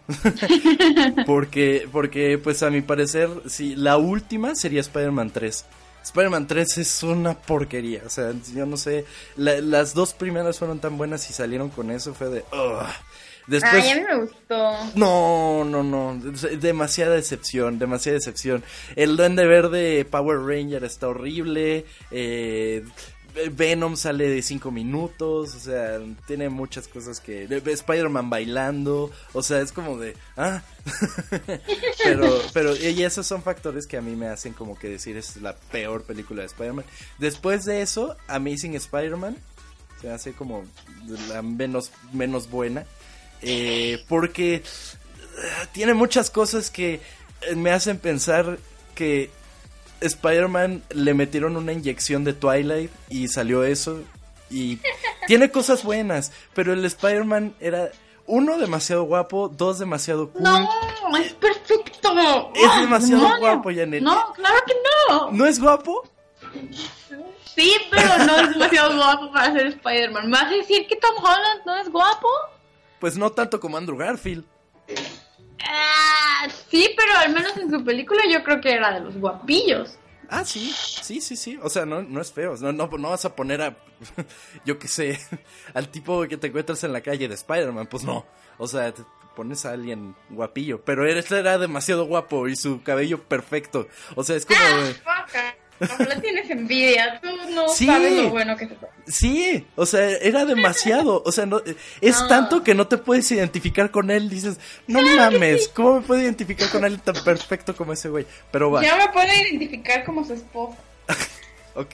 [SPEAKER 1] porque, porque, pues a mi parecer, sí, la última sería Spider-Man tres. Spider-Man tres es una porquería, o sea, yo no sé, la, las dos primeras fueron tan buenas y salieron con eso, fue de... Ugh. Después,
[SPEAKER 2] ay, a mí me gustó.
[SPEAKER 1] No, no, no, demasiada decepción, demasiada decepción. El Duende Verde Power Ranger está horrible, eh... Venom sale de cinco minutos, o sea, tiene muchas cosas que... Spider-Man bailando, o sea, es como de... Ah, pero, pero, y esos son factores que a mí me hacen como que decir es la peor película de Spider-Man. Después de eso, Amazing Spider-Man, se hace como la menos, menos buena, eh, porque tiene muchas cosas que me hacen pensar que Spider-Man le metieron una inyección de Twilight y salió eso, y tiene cosas buenas, pero el Spider-Man era, uno, demasiado guapo, dos, demasiado cool.
[SPEAKER 2] No, es perfecto.
[SPEAKER 1] Es demasiado
[SPEAKER 2] no,
[SPEAKER 1] guapo, Janet.
[SPEAKER 2] No, claro que no.
[SPEAKER 1] ¿No es guapo?
[SPEAKER 2] Sí, pero no es demasiado guapo para ser Spider-Man. ¿Me vas a decir que Tom Holland no es guapo?
[SPEAKER 1] Pues no tanto como Andrew Garfield.
[SPEAKER 2] Ah, sí, pero al menos en su película yo creo que era de los guapillos.
[SPEAKER 1] Ah, sí, sí, sí, sí. O sea, no, no es feo. No, no, no vas a poner a, yo qué sé, al tipo que te encuentras en la calle de Spider-Man. Pues no. O sea, te pones a alguien guapillo. Pero este era demasiado guapo y su cabello perfecto. O sea, es como...
[SPEAKER 2] Ah, no le tienes envidia, tú no
[SPEAKER 1] sí,
[SPEAKER 2] sabes lo bueno que se puede.
[SPEAKER 1] Sí, o sea, era demasiado, o sea, no, es no. tanto que no te puedes identificar con él, dices, no claro mames, sí. ¿Cómo me puedo identificar con alguien tan perfecto como ese güey? Pero va.
[SPEAKER 2] Ya me puedo identificar como su esposa.
[SPEAKER 1] Ok.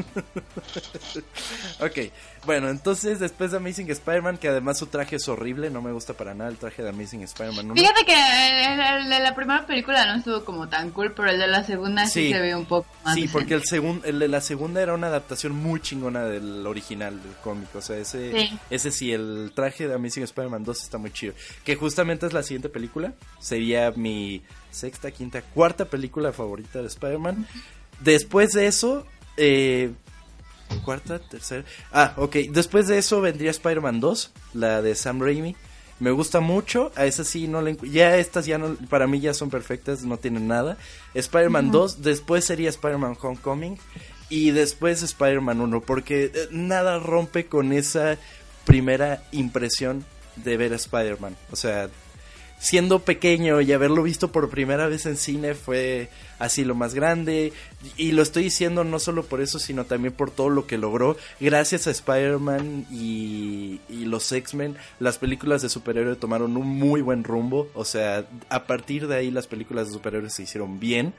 [SPEAKER 1] Ok, bueno, entonces después de Amazing Spider-Man, que además su traje es horrible, no me gusta para nada el traje de Amazing Spider-Man uno.
[SPEAKER 2] Fíjate que el, el de la primera película no estuvo como tan cool, pero el de la segunda sí, sí se ve un poco más.
[SPEAKER 1] Sí,
[SPEAKER 2] decente.
[SPEAKER 1] Porque el, segun, el de la segunda era una adaptación muy chingona del original, del cómic, o sea, ese sí, ese sí el traje de Amazing Spider-Man dos está muy chido. Que justamente es la siguiente película, sería mi sexta, quinta, cuarta película favorita de Spider-Man. Después de eso... Eh, cuarta, tercera. Ah, ok. Después de eso vendría Spider-Man dos, la de Sam Raimi. Me gusta mucho. A esa sí no le. Ya estas ya no. Para mí ya son perfectas, no tienen nada. Spider-Man uh-huh. dos, después sería Spider-Man Homecoming. Y después Spider-Man uno. Porque eh, nada rompe con esa primera impresión de ver a Spider-Man. O sea, siendo pequeño y haberlo visto por primera vez en cine fue así lo más grande, y lo estoy diciendo no solo por eso, sino también por todo lo que logró gracias a Spider-Man y, y los X-Men. Las películas de superhéroes tomaron un muy buen rumbo, o sea, a partir de ahí las películas de superhéroes se hicieron bien,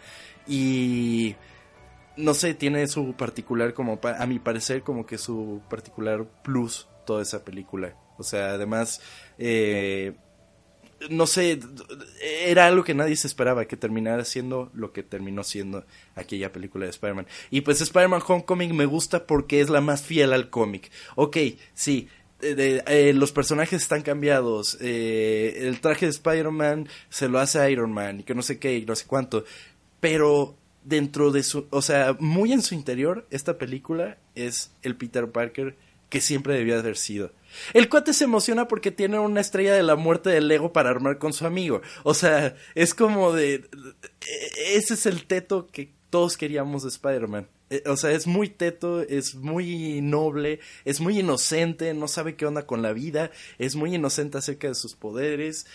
[SPEAKER 1] y no sé, tiene su particular, como a mi parecer, como que su particular plus toda esa película. O sea, además eh no sé, era algo que nadie se esperaba, que terminara siendo lo que terminó siendo aquella película de Spider-Man. Y pues Spider-Man Homecoming me gusta porque es la más fiel al cómic. Ok, sí, eh, de, eh, los personajes están cambiados, eh, el traje de Spider-Man se lo hace Iron Man y que no sé qué y no sé cuánto, pero dentro de su, o sea, muy en su interior, esta película es el Peter Parker que siempre debió haber sido. El cuate se emociona porque tiene una estrella de la muerte de Lego para armar con su amigo. O sea, es como de... Ese es el teto que todos queríamos de Spider-Man. O sea, es muy teto, es muy noble, es muy inocente, no sabe qué onda con la vida, es muy inocente acerca de sus poderes.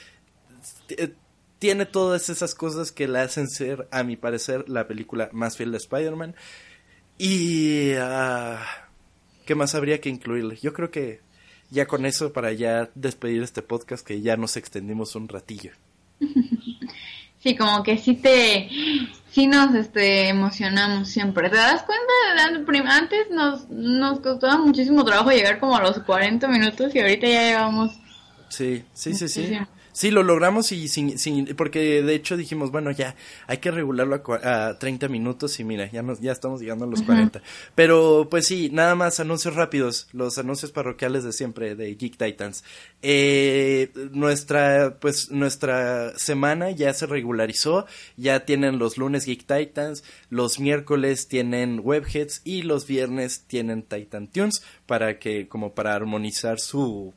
[SPEAKER 1] Tiene todas esas cosas que le hacen ser, a mi parecer, la película más fiel de Spider-Man. Y... Uh, ¿qué más habría que incluirle? Yo creo que... ya con eso, para ya despedir este podcast, que ya nos extendimos un ratillo.
[SPEAKER 2] Sí, como que sí te... sí nos este, emocionamos siempre. ¿Te das cuenta? Antes nos, nos costaba muchísimo trabajo llegar como a los cuarenta minutos y ahorita ya llegamos...
[SPEAKER 1] Sí, sí, sí, sí. Sí, lo logramos y sin, sin, porque de hecho dijimos, bueno, ya hay que regularlo a, a treinta minutos y mira, ya nos, ya estamos llegando a los uh-huh. cuarenta. Pero pues sí, nada más anuncios rápidos, los anuncios parroquiales de siempre de Geek Titans. Eh, nuestra, pues nuestra semana ya se regularizó, ya tienen los lunes Geek Titans, los miércoles tienen Webheads y los viernes tienen Titan Tunes para que, como para armonizar su,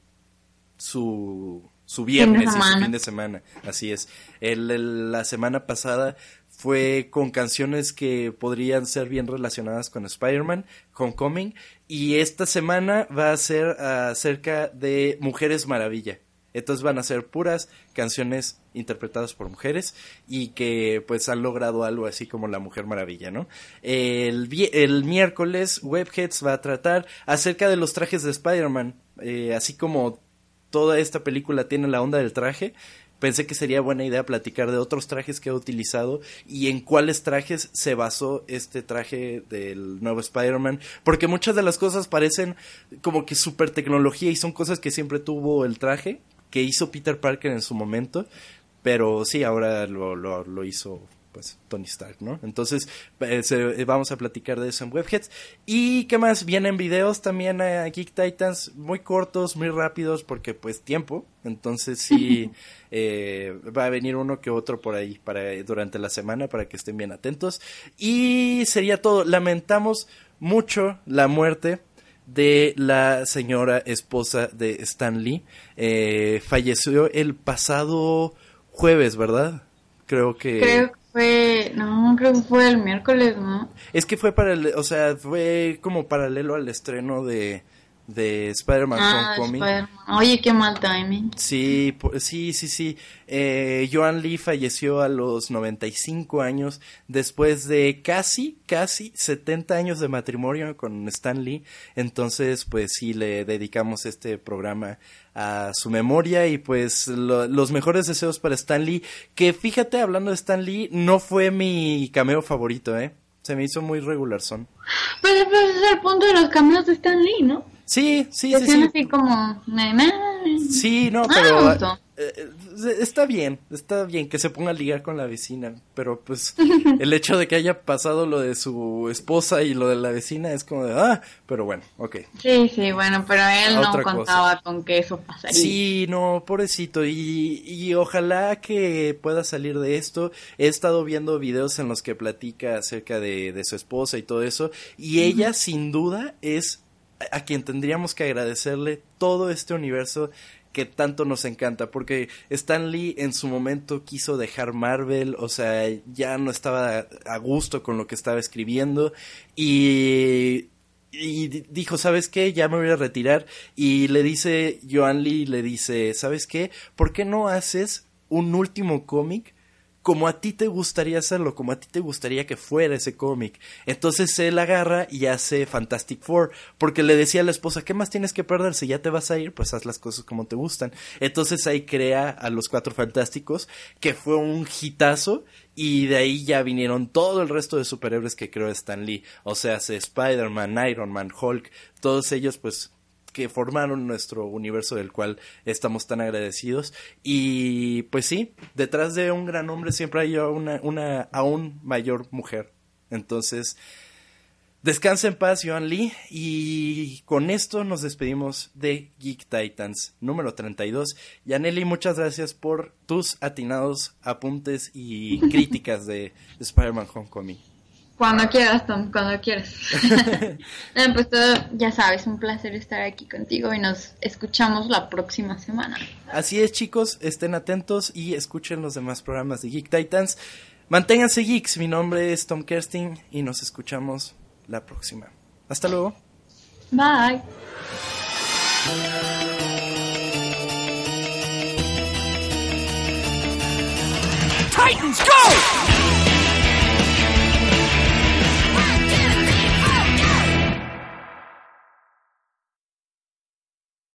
[SPEAKER 1] su su viernes y su fin de semana, así es. El, el, la semana pasada fue con canciones que podrían ser bien relacionadas con Spider-Man, Homecoming, y esta semana va a ser uh, acerca de Mujeres Maravilla. Entonces van a ser puras canciones interpretadas por mujeres y que pues han logrado algo así como la Mujer Maravilla, ¿no? El, el miércoles Webheads va a tratar acerca de los trajes de Spider-Man, eh, así como toda esta película tiene la onda del traje, pensé que sería buena idea platicar de otros trajes que ha utilizado y en cuáles trajes se basó este traje del nuevo Spider-Man, porque muchas de las cosas parecen como que super tecnología y son cosas que siempre tuvo el traje que hizo Peter Parker en su momento, pero sí, ahora lo, lo, lo hizo pues Tony Stark, ¿no? Entonces eh, se, vamos a platicar de eso en Webheads. ¿Y qué más? Vienen videos también a Geek Titans, muy cortos, muy rápidos, porque pues tiempo, entonces sí eh, va a venir uno que otro por ahí para durante la semana para que estén bien atentos. Y sería todo. Lamentamos mucho la muerte de la señora esposa de Stan Lee. Eh, falleció el pasado jueves, ¿verdad? Creo que...
[SPEAKER 2] Creo que fue... No, creo que fue el miércoles, ¿no?
[SPEAKER 1] Es que fue para el... O sea, fue como paralelo al estreno de... de Spider-Man
[SPEAKER 2] ah,
[SPEAKER 1] Homecoming.
[SPEAKER 2] Spider-Man. Oye, qué mal timing.
[SPEAKER 1] Sí, sí, sí, sí. Eh, Joan Lee falleció a los noventa y cinco años después de casi, casi setenta años de matrimonio con Stan Lee. Entonces, pues sí, le dedicamos este programa a su memoria y pues lo, los mejores deseos para Stan Lee, que fíjate, hablando de Stan Lee, no fue mi cameo favorito, ¿eh? Se me hizo muy regular son.
[SPEAKER 2] Pues, pues ese es el punto de los cameos de Stan Lee, ¿no?
[SPEAKER 1] Sí, sí,
[SPEAKER 2] que
[SPEAKER 1] sí,
[SPEAKER 2] sean
[SPEAKER 1] sí.
[SPEAKER 2] así como...
[SPEAKER 1] Sí, no,
[SPEAKER 2] Ah,
[SPEAKER 1] pero
[SPEAKER 2] me gustó.
[SPEAKER 1] eh, está bien, está bien que se ponga a ligar con la vecina, pero pues el hecho de que haya pasado lo de su esposa y lo de la vecina es como de, ah, pero bueno, ok.
[SPEAKER 2] Sí, sí, bueno, pero él no
[SPEAKER 1] Otra
[SPEAKER 2] contaba
[SPEAKER 1] cosa.
[SPEAKER 2] con que eso pasaría.
[SPEAKER 1] Sí, no, pobrecito, y, y ojalá que pueda salir de esto. He estado viendo videos en los que platica acerca de, de su esposa y todo eso, y ella uh-huh. sin duda es a quien tendríamos que agradecerle todo este universo que tanto nos encanta, porque Stan Lee en su momento quiso dejar Marvel, o sea, ya no estaba a gusto con lo que estaba escribiendo y... y dijo, ¿sabes qué? Ya me voy a retirar. Y le dice, Joan Lee le dice, ¿sabes qué? ¿Por qué no haces un último cómic como a ti te gustaría hacerlo, como a ti te gustaría que fuera ese cómic? Entonces él agarra y hace Fantastic Four, porque le decía a la esposa, ¿qué más tienes que perder? Si ya te vas a ir, pues haz las cosas como te gustan. Entonces ahí crea a los Cuatro Fantásticos, que fue un hitazo, y de ahí ya vinieron todo el resto de superhéroes que creó Stan Lee, o sea, Spider-Man, Iron Man, Hulk, todos ellos pues que formaron nuestro universo del cual estamos tan agradecidos. Y pues sí, detrás de un gran hombre siempre hay una, una aún mayor mujer. Entonces, descansa en paz, Joan Lee, y con esto nos despedimos de Geek Titans número treinta y dos. Yaneli, muchas gracias por tus atinados apuntes y críticas de Spider-Man Homecoming.
[SPEAKER 2] Cuando quieras, Tom, cuando quieras. no, pues todo, ya sabes, un placer estar aquí contigo y nos escuchamos la próxima semana.
[SPEAKER 1] Así es, chicos, estén atentos y escuchen los demás programas de Geek Titans. Manténganse geeks, mi nombre es Tom Kersting y nos escuchamos la próxima. Hasta luego.
[SPEAKER 2] Bye.
[SPEAKER 3] Titans, go!